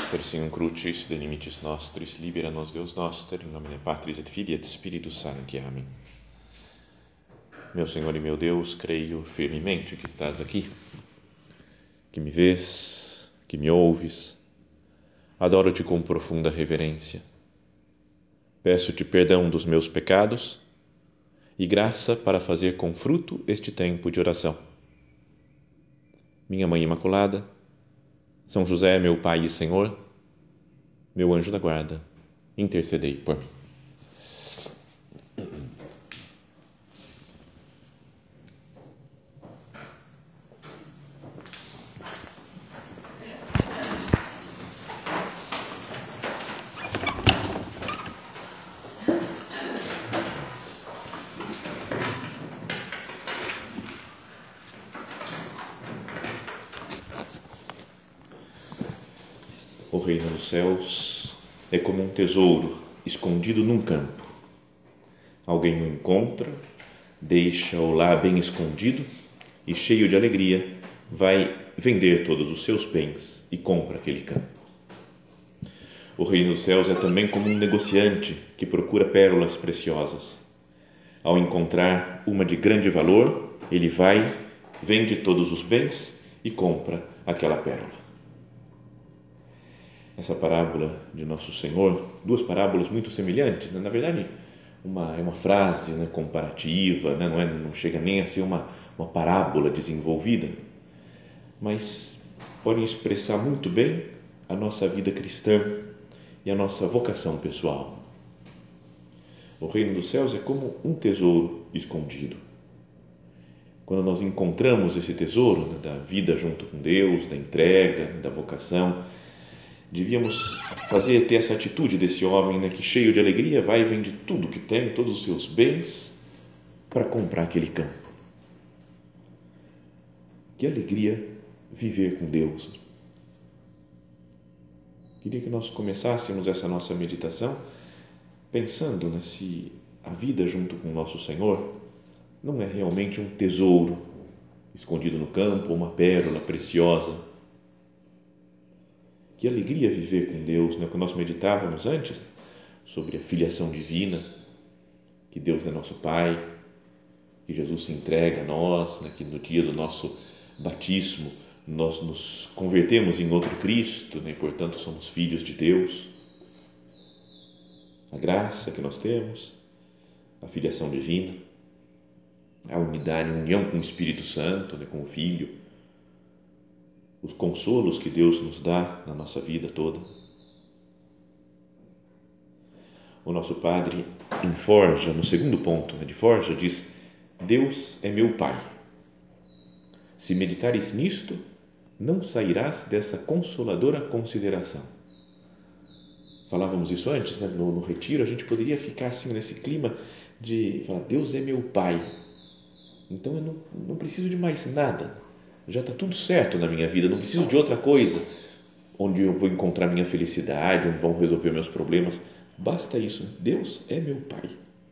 Persium crucis de limites nostris, libera nos Deus noster, in nomine Patris et Filii et Spiritus Sancti. Amém. Meu Senhor e meu Deus, creio firmemente que estás aqui, que me vês, que me ouves. Adoro-te com profunda reverência. Peço-te perdão dos meus pecados e graça para fazer com fruto este tempo de oração. Minha Mãe Imaculada, São José, meu Pai e Senhor, meu anjo da guarda, intercedei por mim. O reino dos céus é como um tesouro escondido num campo. Alguém o encontra, deixa-o lá bem escondido e, cheio de alegria, vai vender todos os seus bens e compra aquele campo. O reino dos céus é também como um negociante que procura pérolas preciosas. Ao encontrar uma de grande valor, ele vai, vende todos os bens e compra aquela pérola. Essa parábola de Nosso Senhor, duas parábolas muito semelhantes, né? Na verdade, é uma frase, né, comparativa, né? Não chega nem a ser uma parábola desenvolvida, mas podem expressar muito bem a nossa vida cristã e a nossa vocação pessoal. O reino dos céus é como um tesouro escondido. Quando nós encontramos esse tesouro, né, da vida junto com Deus, da entrega, da vocação, devíamos ter essa atitude desse homem, né, que, cheio de alegria, vai e vende tudo que tem, todos os seus bens, para comprar aquele campo. Que alegria viver com Deus. Queria que nós começássemos essa nossa meditação pensando, né, se a vida junto com o nosso Senhor não é realmente um tesouro escondido no campo, uma pérola preciosa. Que alegria viver com Deus, né? Quando nós meditávamos antes sobre a filiação divina, que Deus é nosso Pai, que Jesus se entrega a nós, né? Que no dia do nosso batismo nós nos convertemos em outro Cristo, né? E, portanto, somos filhos de Deus. A graça que nós temos, a filiação divina, a unidade, a união com o Espírito Santo, né? Com o Filho, os consolos que Deus nos dá na nossa vida toda. O nosso Padre, em Forja, no segundo ponto de Forja, diz: Deus é meu Pai. Se meditares nisto, não sairás dessa consoladora consideração. Falávamos isso antes, né? No retiro, a gente poderia ficar assim nesse clima de falar: Deus é meu Pai, então eu não preciso de mais nada, já está tudo certo na minha vida, não preciso de outra coisa onde eu vou encontrar minha felicidade, onde vão resolver meus problemas. Basta isso, Deus é meu Pai.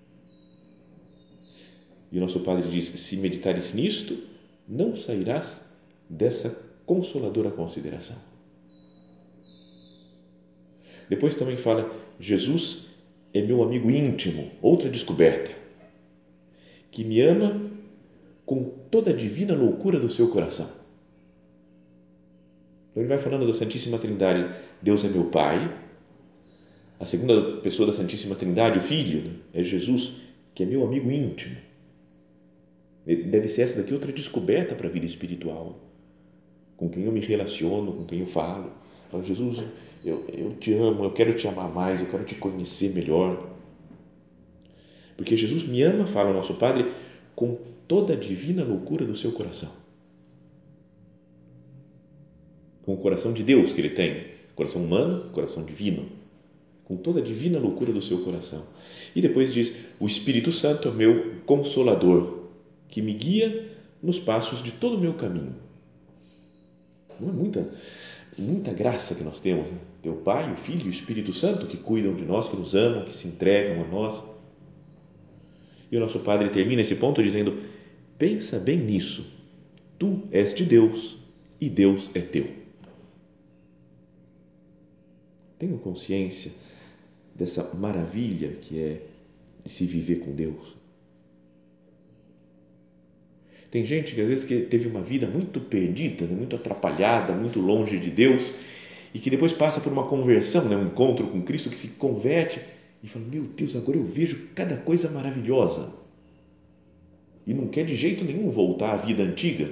E o nosso Padre diz: se meditares nisto, não sairás dessa consoladora consideração. Depois também fala: Jesus é meu amigo íntimo, outra descoberta, que me ama com toda a divina loucura do seu coração. Então ele vai falando da Santíssima Trindade. Deus é meu Pai. A segunda pessoa da Santíssima Trindade, o Filho, é Jesus, que é meu amigo íntimo. Deve ser essa daqui outra descoberta para a vida espiritual, com quem eu me relaciono, com quem eu falo. Falo: Jesus, eu te amo, eu quero te amar mais, eu quero te conhecer melhor. Porque Jesus me ama, fala o nosso Padre, com toda a divina loucura do seu coração. Com o coração de Deus que ele tem, coração humano, coração divino, com toda a divina loucura do seu coração. E depois diz: o Espírito Santo é meu consolador, que me guia nos passos de todo o meu caminho. Não é muita graça que nós temos, né? Ter o Pai, o Filho e o Espírito Santo que cuidam de nós, que nos amam, que se entregam a nós. E o nosso Padre termina esse ponto dizendo: pensa bem nisso, tu és de Deus e Deus é teu. tenho consciência dessa maravilha que é de se viver com Deus. Tem gente que às vezes que teve uma vida muito perdida, né, muito atrapalhada, muito longe de Deus e que depois passa por uma conversão, né, um encontro com Cristo, que se converte e fala, meu Deus, agora eu vejo cada coisa maravilhosa e não quer de jeito nenhum voltar à vida antiga.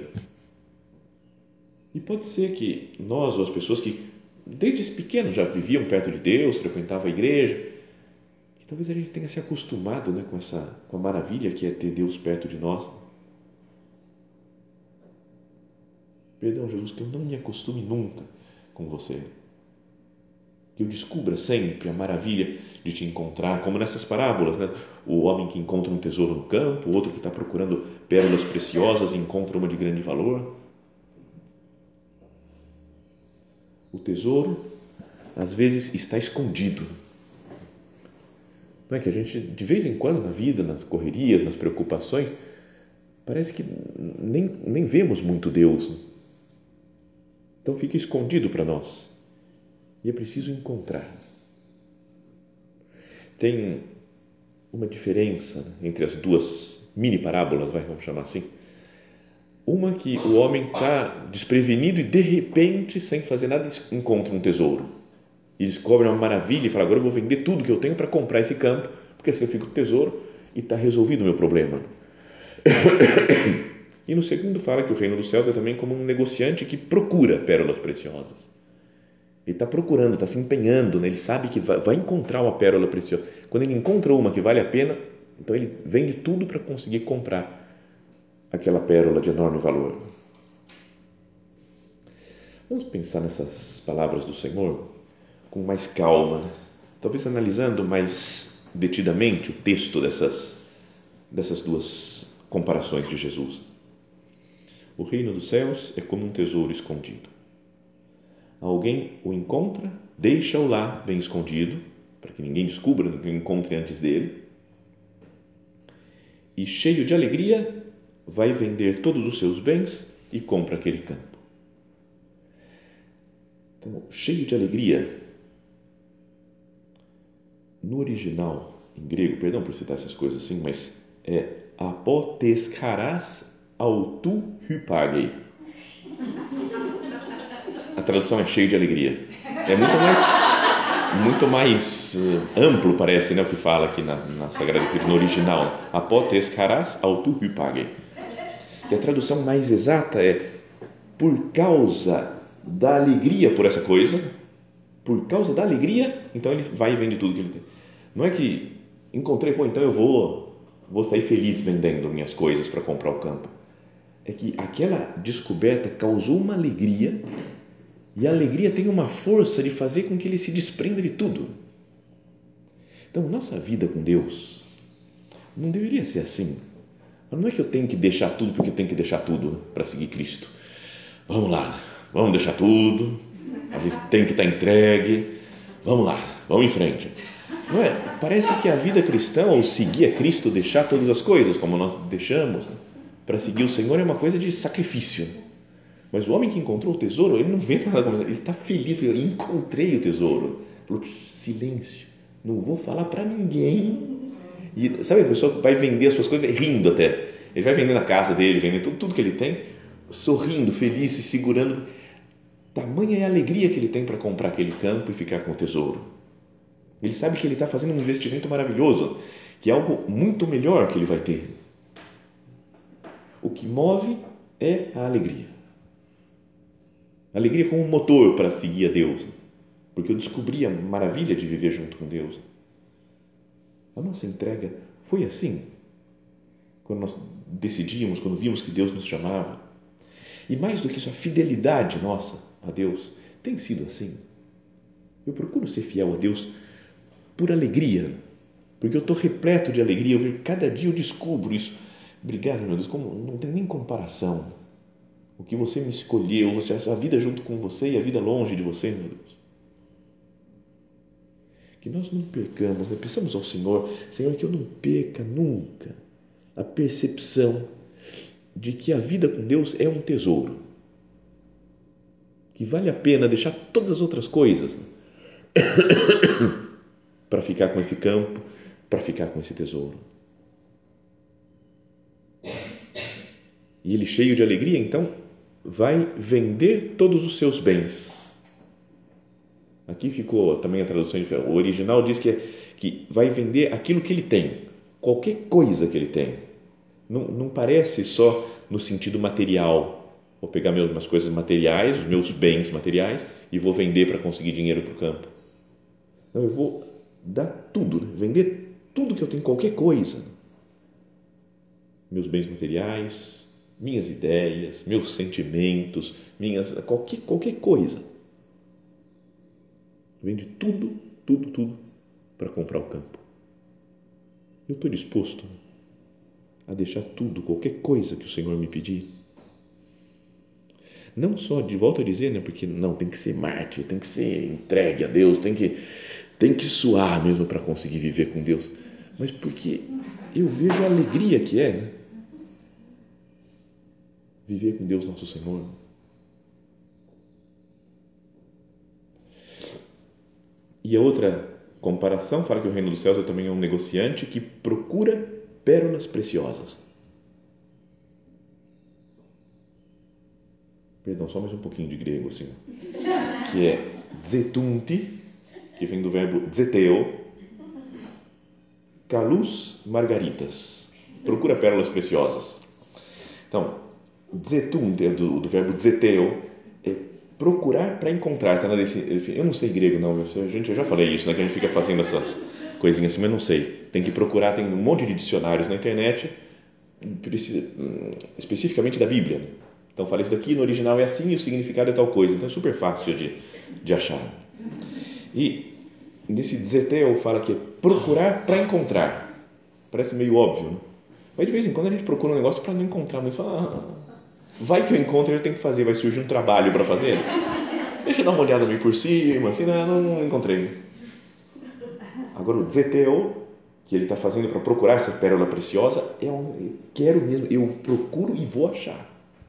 E pode ser que nós ou as pessoas que desde pequenos já viviam perto de Deus, frequentavam a igreja, que talvez a gente tenha se acostumado, né, com a maravilha que é ter Deus perto de nós. Perdão, Jesus, que eu não me acostume nunca com você. Que eu descubra sempre a maravilha de te encontrar, como nessas parábolas, né? O homem que encontra um tesouro no campo, o outro que está procurando pérolas preciosas e encontra uma de grande valor. O tesouro, às vezes, está escondido. Não é que a gente, de vez em quando, na vida, nas correrias, nas preocupações, parece que nem vemos muito Deus. Então fica escondido para nós. E é preciso encontrar. Tem uma diferença entre as duas mini parábolas, vamos chamar assim. Uma que o homem está desprevenido e de repente, sem fazer nada, encontra um tesouro. E descobre uma maravilha e fala, agora eu vou vender tudo que eu tenho para comprar esse campo, porque assim eu fico com o tesouro e está resolvido o meu problema. E no segundo fala que o reino dos céus é também como um negociante que procura pérolas preciosas. Ele está procurando, está se empenhando, né? Ele sabe que vai encontrar uma pérola preciosa. Quando ele encontra uma que vale a pena, então ele vende tudo para conseguir comprar aquela pérola de enorme valor. Vamos pensar nessas palavras do Senhor com mais calma, né? Talvez analisando mais detidamente o texto dessas duas comparações de Jesus. O reino dos céus é como um tesouro escondido. Alguém o encontra, deixa-o lá bem escondido, para que ninguém descubra, ninguém encontre antes dele, e cheio de alegria vai vender todos os seus bens e compra aquele campo. Então, cheio de alegria, no original, em grego, perdão por citar essas coisas assim, mas é apotescharas autou hypagei. A tradução é cheio de alegria. É muito mais amplo, parece, né, o que fala aqui na Sagrada Escritura, no original. Apotescharas autou hypagei. Que a tradução mais exata é por causa da alegria por essa coisa, por causa da alegria, então ele vai e vende tudo que ele tem. Não é que encontrei, então eu vou sair feliz vendendo minhas coisas para comprar o campo. É que aquela descoberta causou uma alegria e a alegria tem uma força de fazer com que ele se desprenda de tudo. Então, nossa vida com Deus não deveria ser assim. Não é que eu tenho que deixar tudo porque eu tenho que deixar tudo para seguir Cristo. Vamos lá, vamos deixar tudo, a gente tem que estar entregue, vamos lá, vamos em frente. Não é? Parece que a vida cristã, ou seguir a Cristo, deixar todas as coisas, como nós deixamos, né, para seguir o Senhor, é uma coisa de sacrifício. Mas o homem que encontrou o tesouro, ele não vê nada como isso, ele está feliz, eu encontrei o tesouro. Falou, silêncio, não vou falar para ninguém. E sabe, a pessoa vai vender as suas coisas rindo até. Ele vai vendendo a casa dele, vendendo tudo que ele tem, sorrindo, feliz, se segurando. Tamanha é a alegria que ele tem para comprar aquele campo e ficar com o tesouro. Ele sabe que ele está fazendo um investimento maravilhoso, que é algo muito melhor que ele vai ter. O que move é a alegria. A alegria como um motor para seguir a Deus, porque eu descobri a maravilha de viver junto com Deus. A nossa entrega foi assim, quando nós decidimos, quando vimos que Deus nos chamava. E mais do que isso, a fidelidade nossa a Deus tem sido assim. Eu procuro ser fiel a Deus por alegria, porque eu estou repleto de alegria, cada dia eu descubro isso. Obrigado, meu Deus, como não tem nem comparação o que você me escolheu, a vida junto com você e a vida longe de você, meu Deus. Que nós não percamos, né? Peçamos ao Senhor, Senhor, que eu não perca nunca a percepção de que a vida com Deus é um tesouro, que vale a pena deixar todas as outras coisas, né, para ficar com esse campo, para ficar com esse tesouro. E ele, cheio de alegria, então, vai vender todos os seus bens. Aqui ficou também a tradução, o original diz que vai vender aquilo que ele tem, qualquer coisa que ele tem. Não parece só no sentido material. Vou pegar minhas coisas materiais, os meus bens materiais, e vou vender para conseguir dinheiro para o campo. Não, eu vou dar tudo, né? Vender tudo que eu tenho, qualquer coisa. Meus bens materiais, minhas ideias, meus sentimentos, qualquer coisa. Vende tudo, tudo, tudo para comprar o campo. Eu estou disposto a deixar tudo, qualquer coisa que o Senhor me pedir. Não só, de volta a dizer, né, porque não, tem que ser mártir, tem que ser entregue a Deus, tem que suar mesmo para conseguir viver com Deus, mas porque eu vejo a alegria que é, né, viver com Deus nosso Senhor. E a outra comparação fala que o reino dos céus também é um negociante que procura pérolas preciosas. Perdão, só mais um pouquinho de grego assim, que é zetunti, que vem do verbo zeteo, kalous margaritas, procura pérolas preciosas. Então, zetunti é do verbo zeteo, é procurar para encontrar, tá eu não sei grego não, eu já falei isso, né, que a gente fica fazendo essas coisinhas assim, mas não sei, tem que procurar, tem um monte de dicionários na internet, especificamente da Bíblia, né? Então fala, isso daqui no original é assim e o significado é tal coisa, então é super fácil de achar. E nesse zeteo fala que é procurar para encontrar, parece meio óbvio, né? Mas de vez em quando a gente procura um negócio para não encontrar, mas fala, vai que eu encontro e eu tenho que fazer, vai surgir um trabalho para fazer, deixa eu dar uma olhada meio por cima, assim, não encontrei. Agora o zeteo, que ele está fazendo para procurar essa pérola preciosa, eu quero mesmo, eu procuro e vou achar.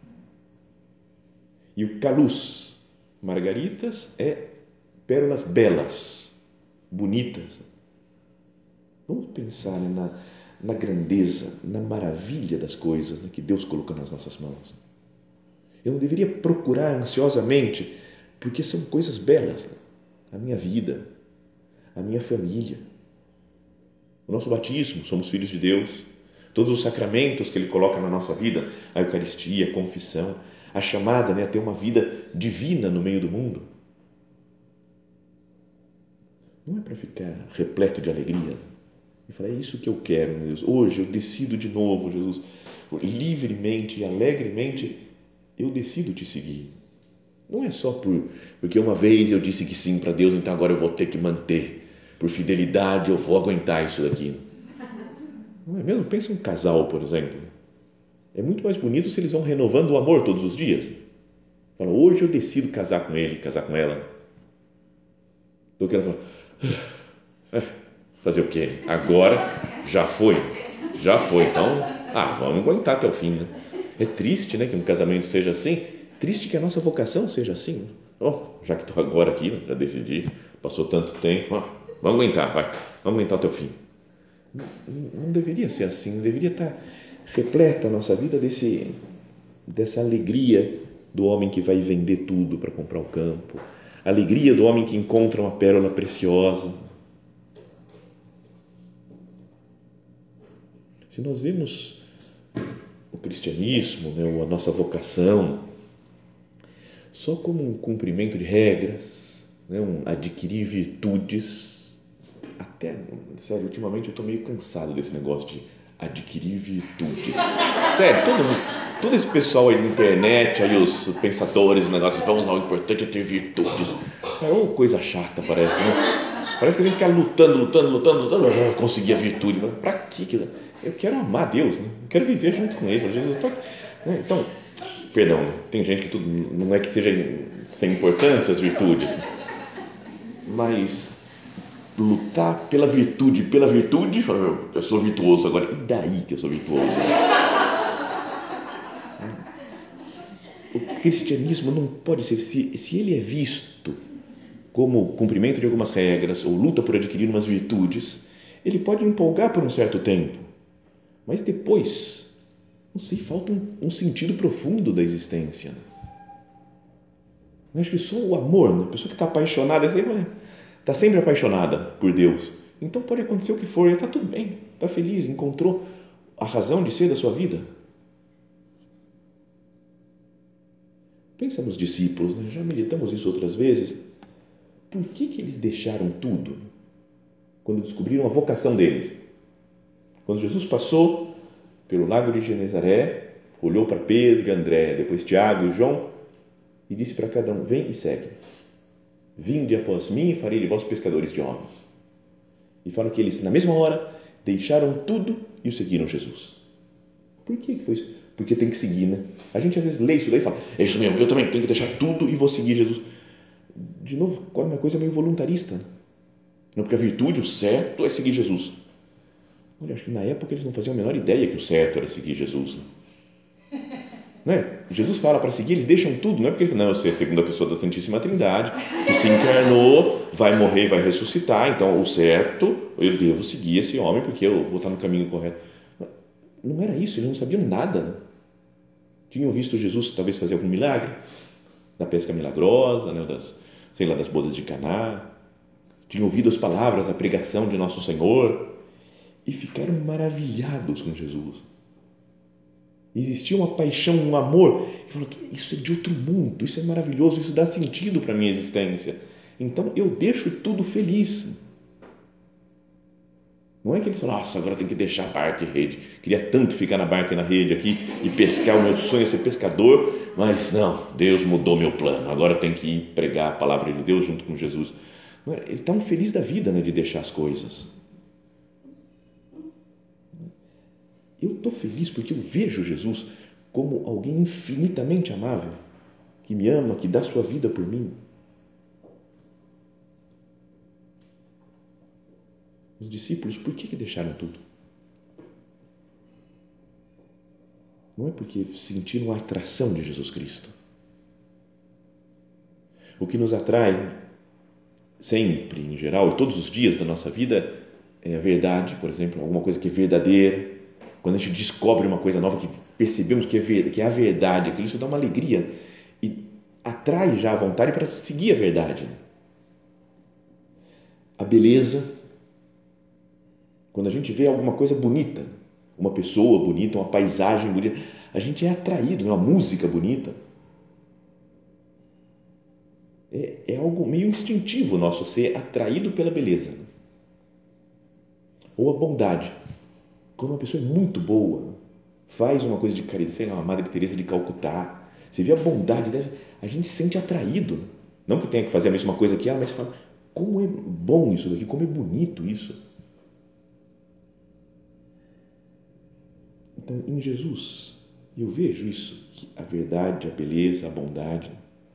E o kalous, margaritas, é pérolas belas, bonitas. Vamos pensar, né, na grandeza, na maravilha das coisas, né, que Deus colocou nas nossas mãos. Eu não deveria procurar ansiosamente, porque são coisas belas. Né? A minha vida, a minha família, o nosso batismo, somos filhos de Deus, todos os sacramentos que Ele coloca na nossa vida, a Eucaristia, a confissão, a chamada, né, a ter uma vida divina no meio do mundo. Não é para ficar repleto de alegria e falar, é isso que eu quero, meu Deus. Hoje eu decido de novo, Jesus, livremente e alegremente eu decido te seguir. Não é só porque uma vez eu disse que sim para Deus, então agora eu vou ter que manter. Por fidelidade eu vou aguentar isso daqui. Não é mesmo? Pensa um casal, por exemplo. É muito mais bonito se eles vão renovando o amor todos os dias. Fala, hoje eu decido casar com ele, casar com ela. Do que ela fala, fazer o quê? Agora já foi, então, vamos aguentar até o fim, né? É triste, né, que um casamento seja assim, triste que a nossa vocação seja assim. Já que estou agora aqui, já decidi, passou tanto tempo, vamos aguentar, vamos aguentar até o fim. Não deveria ser assim, deveria estar repleta a nossa vida dessa alegria do homem que vai vender tudo para comprar o campo, a alegria do homem que encontra uma pérola preciosa. Se nós vemos o cristianismo, né, ou a nossa vocação, só como um cumprimento de regras, né, um adquirir virtudes, até, sério, ultimamente eu estou meio cansado desse negócio de adquirir virtudes. Sério, todo esse pessoal aí da internet, aí os pensadores, o negócio, vamos lá, o importante é ter virtudes. É uma coisa chata, parece, né? Parece que a gente fica lutando, conseguir a virtude. Para quê? Eu quero amar Deus, né? Eu quero viver junto com Ele. Jesus, né? Então, perdão, né? Tem gente que tudo, não é que seja sem importância as virtudes, né? Mas lutar pela virtude, eu sou virtuoso agora. E daí que eu sou virtuoso? O cristianismo não pode ser, se ele é visto como o cumprimento de algumas regras ou luta por adquirir umas virtudes, ele pode empolgar por um certo tempo, mas depois, não sei, falta um sentido profundo da existência. Eu acho que só o amor, né? A pessoa que está apaixonada, está sempre apaixonada por Deus, então pode acontecer o que for, e está tudo bem, está feliz, encontrou a razão de ser da sua vida. Pensa nos discípulos, né? Já meditamos isso outras vezes. Por que eles deixaram tudo quando descobriram a vocação deles? Quando Jesus passou pelo lago de Genezaré, olhou para Pedro e André, depois Tiago e João, e disse para cada um: vem e segue. Vinde após mim e farei de vós pescadores de homens. E falam que eles, na mesma hora, deixaram tudo e o seguiram Jesus. Por que foi isso? Porque tem que seguir, né? A gente às vezes lê isso daí e fala: é isso mesmo, eu também tenho que deixar tudo e vou seguir Jesus. De novo, é uma coisa meio voluntarista. Não, porque a virtude, o certo é seguir Jesus. Olha, acho que na época eles não faziam a menor ideia que o certo era seguir Jesus. Não é? Jesus fala para seguir, eles deixam tudo, não é porque ele fala, não, você é a segunda pessoa da Santíssima Trindade, que se encarnou, vai morrer, vai ressuscitar, então o certo, eu devo seguir esse homem porque eu vou estar no caminho correto. Não era isso, eles não sabiam nada. Tinham visto Jesus talvez fazer algum milagre, da pesca milagrosa, né, das bodas de Caná, tinham ouvido as palavras, a pregação de Nosso Senhor e ficaram maravilhados com Jesus. Existia uma paixão, um amor, e falou que isso é de outro mundo, isso é maravilhoso, isso dá sentido para a minha existência. Então eu deixo tudo feliz. Não é que eles falam, nossa, agora tem que deixar a barca e rede. Queria tanto ficar na barca e na rede aqui e pescar, o meu sonho é ser pescador, mas não, Deus mudou meu plano, agora tem que ir pregar a palavra de Deus junto com Jesus. Não é? Eles estavam felizes da vida, né, de deixar as coisas. Eu estou feliz porque eu vejo Jesus como alguém infinitamente amável, que me ama, que dá sua vida por mim. Os discípulos, por que deixaram tudo? Não é porque sentiram a atração de Jesus Cristo. O que nos atrai sempre, em geral, e todos os dias da nossa vida, é a verdade, por exemplo, alguma coisa que é verdadeira. Quando a gente descobre uma coisa nova que percebemos que é a verdade, aquilo, isso dá uma alegria e atrai já a vontade para seguir a verdade. A beleza, quando a gente vê alguma coisa bonita, uma pessoa bonita, uma paisagem bonita, a gente é atraído, né? Uma música bonita. É algo meio instintivo nosso ser atraído pela beleza. Ou a bondade. Quando uma pessoa é muito boa, faz uma coisa de caridade, sei lá, uma Madre Teresa de Calcutá, você vê a bondade dela, a gente se sente atraído. Não que tenha que fazer a mesma coisa que ela, mas você fala, como é bom isso daqui, como é bonito isso. Então, em Jesus, eu vejo isso, que a verdade, a beleza, a bondade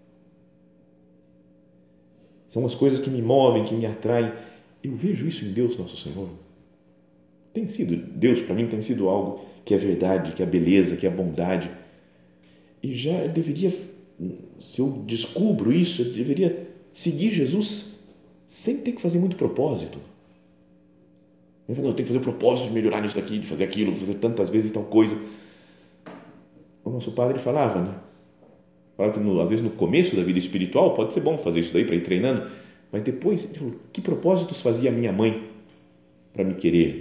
são as coisas que me movem, que me atraem. Eu vejo isso em Deus, nosso Senhor. Tem sido, Deus para mim tem sido algo que é verdade, que é a beleza, que é a bondade. E já eu deveria, se eu descubro isso, eu deveria seguir Jesus sem ter que fazer muito propósito. Eu falo, não, eu tenho que fazer o propósito de melhorar nisso daqui, de fazer aquilo, de fazer tantas vezes tal coisa. O nosso padre falava, né? Falava que às vezes no começo da vida espiritual pode ser bom fazer isso daí para ir treinando, mas depois ele falou, que propósitos fazia minha mãe para me querer?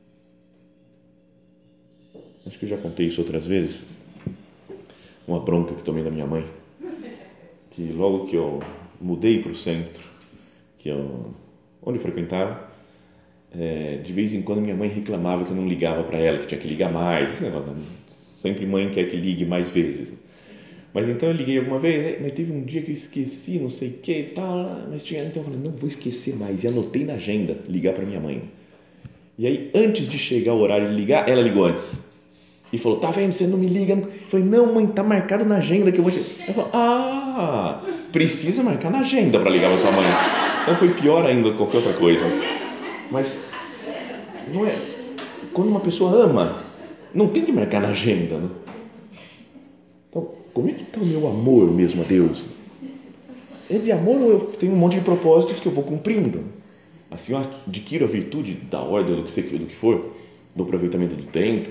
Acho que eu já contei isso outras vezes, uma bronca que tomei da minha mãe, que logo que eu mudei para o centro, onde eu frequentava, de vez em quando minha mãe reclamava que eu não ligava para ela, que tinha que ligar mais, esse negócio, né? Sempre mãe quer que ligue mais vezes. Mas então eu liguei alguma vez, mas teve um dia que eu esqueci, não sei o que e tal, mas tinha, então eu falei, não vou esquecer mais, e anotei na agenda, ligar para minha mãe. E aí, antes de chegar o horário de ligar, ela ligou antes. E falou, tá vendo, você não me liga? Eu falei, não mãe, tá marcado na agenda que eu vou chegar. Ela falou, precisa marcar na agenda para ligar para sua mãe. Então foi pior ainda que qualquer outra coisa. Mas, não é, quando uma pessoa ama, não tem que marcar na agenda, né? Então, como é que está o meu amor mesmo a Deus? É de amor ou eu tenho um monte de propósitos que eu vou cumprindo? Assim eu adquiro a virtude da ordem ou do que for, do aproveitamento do tempo.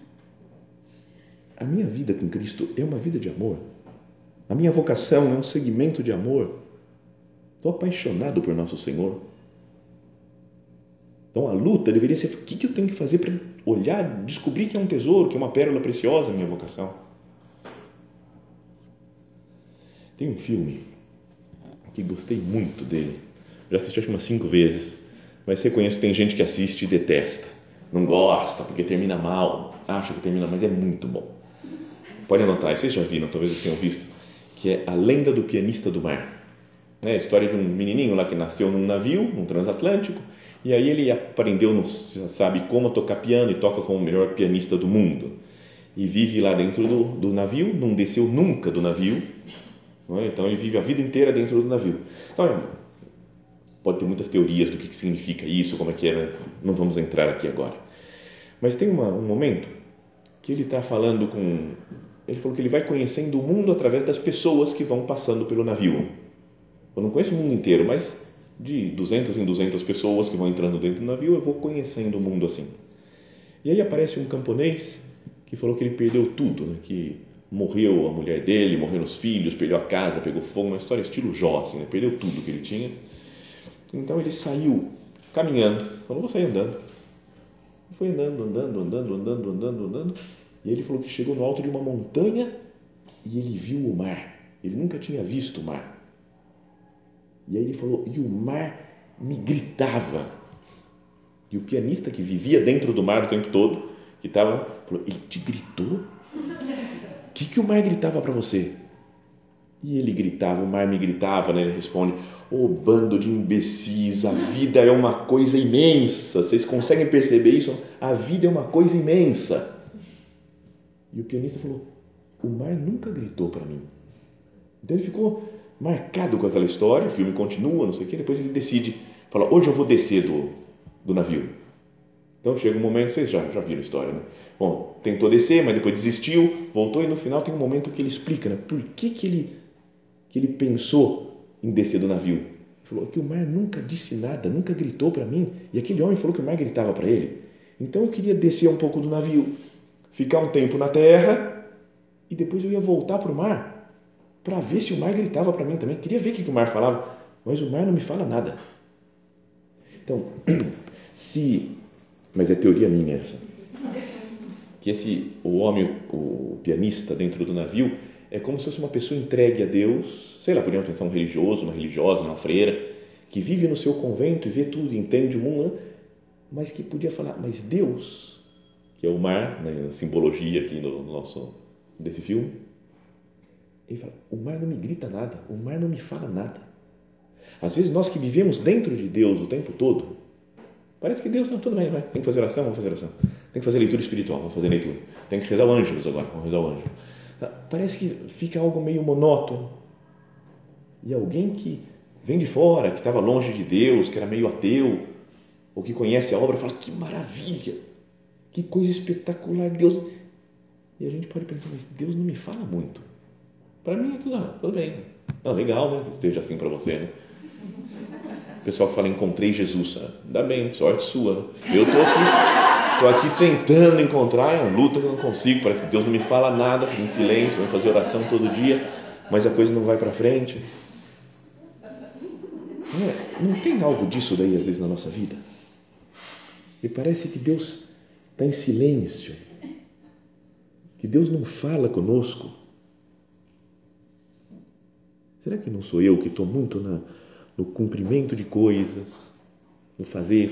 A minha vida com Cristo é uma vida de amor. A minha vocação é um segmento de amor. Estou apaixonado por nosso Senhor. Então a luta deveria ser: o que eu tenho que fazer para olhar, descobrir que é um tesouro, que é uma pérola preciosa a minha vocação? Tem um filme que gostei muito dele. Já assisti acho que umas 5 vezes, mas reconheço que tem gente que assiste e detesta. Não gosta porque termina mal, acha que termina, mas é muito bom. Pode anotar, vocês já viram, talvez eu tenham visto, que é A Lenda do Pianista do Mar. É a história de um menininho lá que nasceu num navio, num transatlântico, e aí ele aprendeu, não sabe como tocar piano e toca como o melhor pianista do mundo. E vive lá dentro do navio, não desceu nunca do navio, não é? Então ele vive a vida inteira dentro do navio. Então pode ter muitas teorias do que significa isso, como é que é, não vamos entrar aqui agora. Mas tem um momento que ele está falando com... Ele falou que ele vai conhecendo o mundo através das pessoas que vão passando pelo navio. Eu não conheço o mundo inteiro, mas de 200 em 200 pessoas que vão entrando dentro do navio, eu vou conhecendo o mundo assim. E aí aparece um camponês que falou que ele perdeu tudo, né? Que morreu a mulher dele, morreram os filhos, perdeu a casa, pegou fogo, uma história estilo Jó, assim, né? Perdeu tudo que ele tinha. Então ele saiu caminhando, falou: vou sair andando. E foi andando. E ele falou que chegou no alto de uma montanha e ele viu o mar. Ele nunca tinha visto o mar. E aí ele falou: e o mar me gritava. E o pianista que vivia dentro do mar o tempo todo, que estava, falou: ele te gritou? O que o mar gritava para você? E ele gritava, o mar me gritava, né? Ele responde: ô bando de imbecis, a vida é uma coisa imensa. Vocês conseguem perceber isso? A vida é uma coisa imensa. E o pianista falou: o mar nunca gritou para mim. Então ele ficou marcado com aquela história. O filme continua, não sei o quê. Depois ele decide, fala: hoje eu vou descer do navio. Então chega um momento, vocês já viram a história, né? Bom, tentou descer, mas depois desistiu, voltou, e no final tem um momento que ele explica, né? Por que ele pensou em descer do navio. Ele falou que o mar nunca disse nada, nunca gritou para mim, e aquele homem falou que o mar gritava para ele. Então eu queria descer um pouco do navio, ficar um tempo na terra, e depois eu ia voltar para o mar, para ver se o mar gritava para mim também. Queria ver o que o mar falava, mas o mar não me fala nada. Então, mas é teoria minha essa, que o homem, o pianista dentro do navio, é como se fosse uma pessoa entregue a Deus, sei lá, podíamos pensar um religioso, uma religiosa, uma freira, que vive no seu convento e vê tudo, entende o mundo, mas que podia falar: mas Deus, que é o mar, né, a simbologia aqui no nosso, desse filme, ele fala: o mar não me grita nada, o mar não me fala nada. Às vezes nós que vivemos dentro de Deus o tempo todo, parece que Deus, não, tudo bem, vai, tem que fazer oração, vamos fazer oração, tem que fazer leitura espiritual, vamos fazer leitura, tem que rezar o Ângelus agora, vamos rezar o Ângelus. Parece que fica algo meio monótono. E alguém que vem de fora, que estava longe de Deus, que era meio ateu, ou que conhece a obra, fala: que maravilha, que coisa espetacular, Deus. E a gente pode pensar: mas Deus não me fala muito. Para mim é tudo bem. Não, legal, né, que esteja assim para você, né? O pessoal que fala: encontrei Jesus, ainda bem, sorte sua, né? Eu estou aqui tentando encontrar, é uma luta que eu não consigo, parece que Deus não me fala nada, fico em silêncio, vou fazer oração todo dia, mas a coisa não vai para frente. Não tem algo disso daí às vezes na nossa vida? Me parece que Deus está em silêncio, que Deus não fala conosco. Será que não sou eu que estou muito no cumprimento de coisas, no fazer,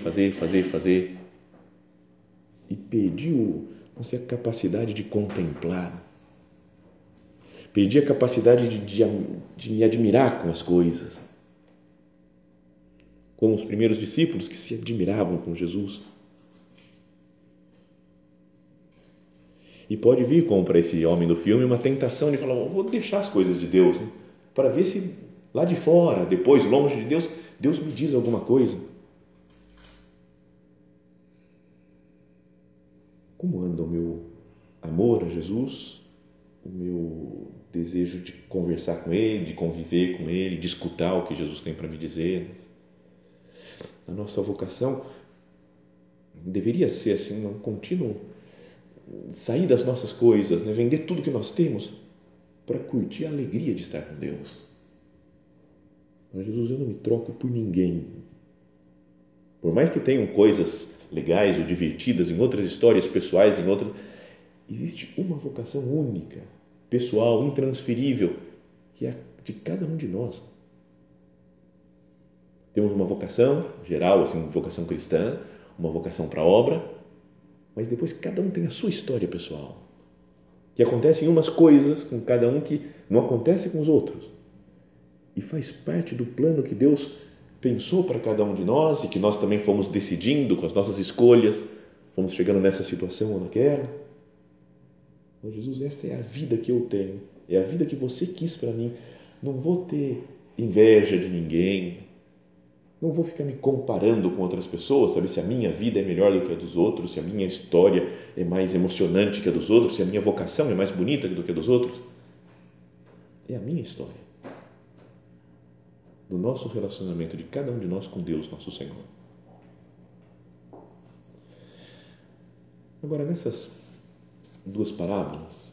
e perdi não sei, a capacidade de contemplar, perdi a capacidade de me admirar com as coisas, como os primeiros discípulos que se admiravam com Jesus. E pode vir, como para esse homem do filme, uma tentação de falar: vou deixar as coisas de Deus, né, para ver se lá de fora, depois, longe de Deus, Deus me diz alguma coisa. Como anda o meu amor a Jesus, o meu desejo de conversar com Ele, de conviver com Ele, de escutar o que Jesus tem para me dizer. A nossa vocação deveria ser assim, um contínuo sair das nossas coisas, né? Vender tudo que nós temos para curtir a alegria de estar com Deus. Mas Jesus, eu não me troco por ninguém. Por mais que tenham coisas legais ou divertidas em outras histórias pessoais, em outras, existe uma vocação única, pessoal, intransferível, que é a de cada um de nós. Temos uma vocação geral, assim, vocação cristã, uma vocação para a obra, mas depois cada um tem a sua história pessoal, que acontecem umas coisas com cada um que não acontece com os outros, e faz parte do plano que Deus pensou para cada um de nós e que nós também fomos decidindo com as nossas escolhas, fomos chegando nessa situação ou naquela. Então, Jesus, essa é a vida que eu tenho, é a vida que você quis para mim. Não vou ter inveja de ninguém, não vou ficar me comparando com outras pessoas, saber se a minha vida é melhor do que a dos outros, se a minha história é mais emocionante que a dos outros, se a minha vocação é mais bonita do que a dos outros. É a minha história, do nosso relacionamento de cada um de nós com Deus, nosso Senhor. Agora, nessas duas parábolas,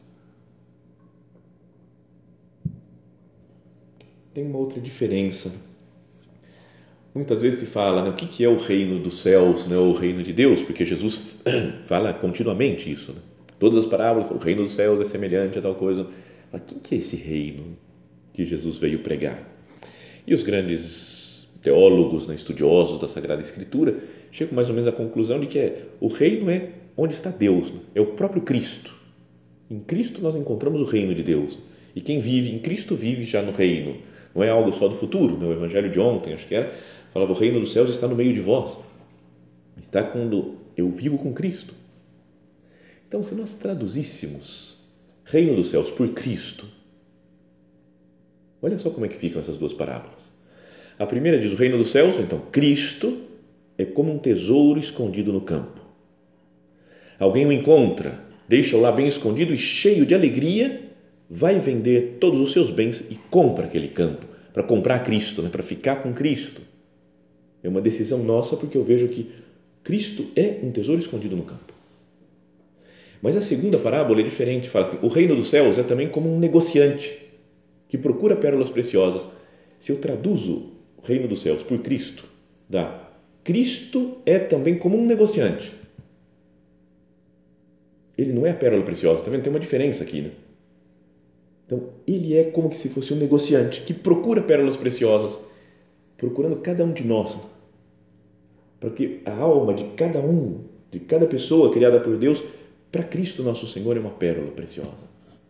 tem uma outra diferença. Muitas vezes se fala, né, o que é o reino dos céus, né, o reino de Deus, porque Jesus fala continuamente isso. Né? Todas as parábolas, o reino dos céus é semelhante a tal coisa. Mas o que é esse reino que Jesus veio pregar? E os grandes teólogos, né, estudiosos da Sagrada Escritura, chegam mais ou menos à conclusão de que o reino é onde está Deus, né? É o próprio Cristo. Em Cristo nós encontramos o reino de Deus. E quem vive em Cristo vive já no reino. Não é algo só do futuro. No Evangelho de ontem, acho que era, falava o reino dos céus está no meio de vós. Está quando eu vivo com Cristo. Então, se nós traduzíssemos reino dos céus por Cristo, olha só como é que ficam essas duas parábolas. A primeira diz o reino dos céus, então Cristo é como um tesouro escondido no campo. Alguém o encontra, deixa-o lá bem escondido e cheio de alegria, vai vender todos os seus bens e compra aquele campo, para comprar Cristo, né? Para ficar com Cristo. É uma decisão nossa porque eu vejo que Cristo é um tesouro escondido no campo. Mas a segunda parábola é diferente, fala assim, o reino dos céus é também como um negociante que procura pérolas preciosas. Se eu traduzo o reino dos céus por Cristo, dá, Cristo é também como um negociante. Ele não é a pérola preciosa, está vendo? Tem uma diferença aqui, né? Então, ele é como que se fosse um negociante que procura pérolas preciosas, procurando cada um de nós, porque a alma de cada um, de cada pessoa criada por Deus, para Cristo nosso Senhor é uma pérola preciosa.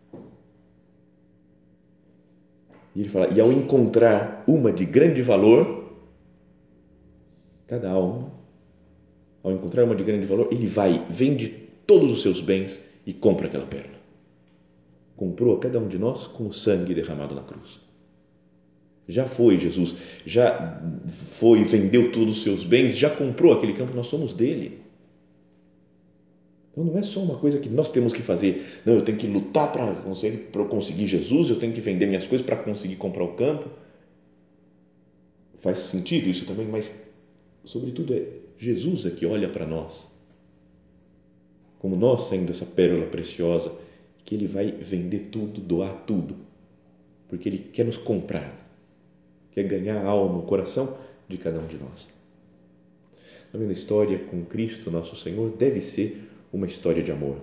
E ele fala, e ao encontrar uma de grande valor, cada alma, ao encontrar uma de grande valor, ele vai, vende todos os seus bens e compra aquela pérola. Comprou a cada um de nós com o sangue derramado na cruz. Já foi Jesus, já foi, vendeu todos os seus bens, já comprou aquele campo, nós somos dele. Então não é só uma coisa que nós temos que fazer, não, eu tenho que lutar para eu conseguir Jesus, eu tenho que vender minhas coisas para conseguir comprar o campo. Faz sentido isso também, mas sobretudo é Jesus que olha para nós, como nós sendo essa pérola preciosa, que ele vai vender tudo, doar tudo, porque ele quer nos comprar, quer ganhar a alma, o coração de cada um de nós. Está vendo? A história com Cristo, nosso Senhor, deve ser uma história de amor.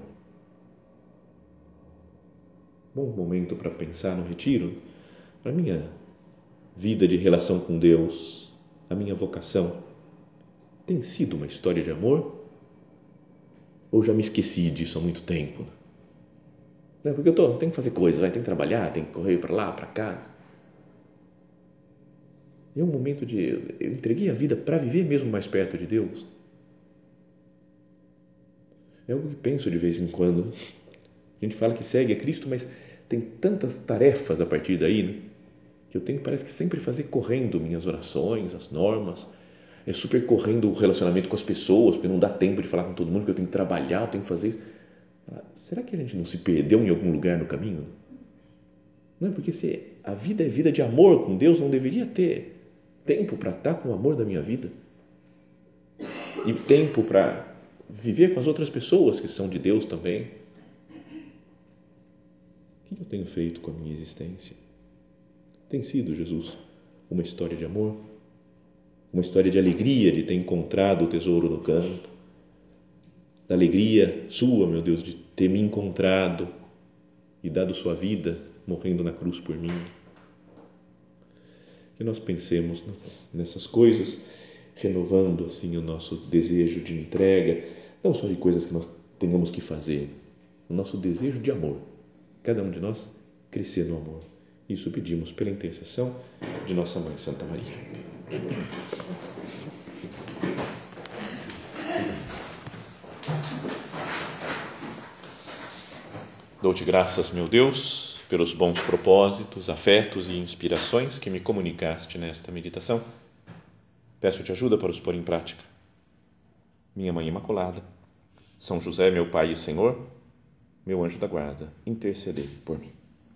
Bom momento para pensar no retiro, para a minha vida de relação com Deus, a minha vocação, tem sido uma história de amor? Ou já me esqueci disso há muito tempo? Não, porque tenho que fazer coisas, tenho que trabalhar, tenho que correr para lá, para cá. É um momento de eu entreguei a vida para viver mesmo mais perto de Deus. É algo que penso de vez em quando. A gente fala que segue a Cristo, mas tem tantas tarefas a partir daí, né? Que eu tenho que parece que sempre fazer correndo minhas orações, as normas, super correndo o relacionamento com as pessoas, porque não dá tempo de falar com todo mundo, porque eu tenho que trabalhar, eu tenho que fazer isso. Será que a gente não se perdeu em algum lugar no caminho? Não é? Porque se a vida é vida de amor com Deus, não deveria ter tempo para estar com o amor da minha vida e tempo para viver com as outras pessoas que são de Deus também. O que eu tenho feito com a minha existência? Tem sido, Jesus, uma história de amor? Uma história de alegria de ter encontrado o tesouro no campo? Da alegria sua, meu Deus, de ter me encontrado e dado sua vida morrendo na cruz por mim? Que nós pensemos nessas coisas, renovando assim o nosso desejo de entrega, não só de coisas que nós tenhamos que fazer, o nosso desejo de amor, cada um de nós crescer no amor. Isso pedimos pela intercessão de nossa Mãe Santa Maria. Dou-te graças, meu Deus, pelos bons propósitos, afetos e inspirações que me comunicaste nesta meditação. Peço-te ajuda para os pôr em prática. Minha Mãe Imaculada, São José, meu Pai e Senhor, meu anjo da guarda, intercedei por mim.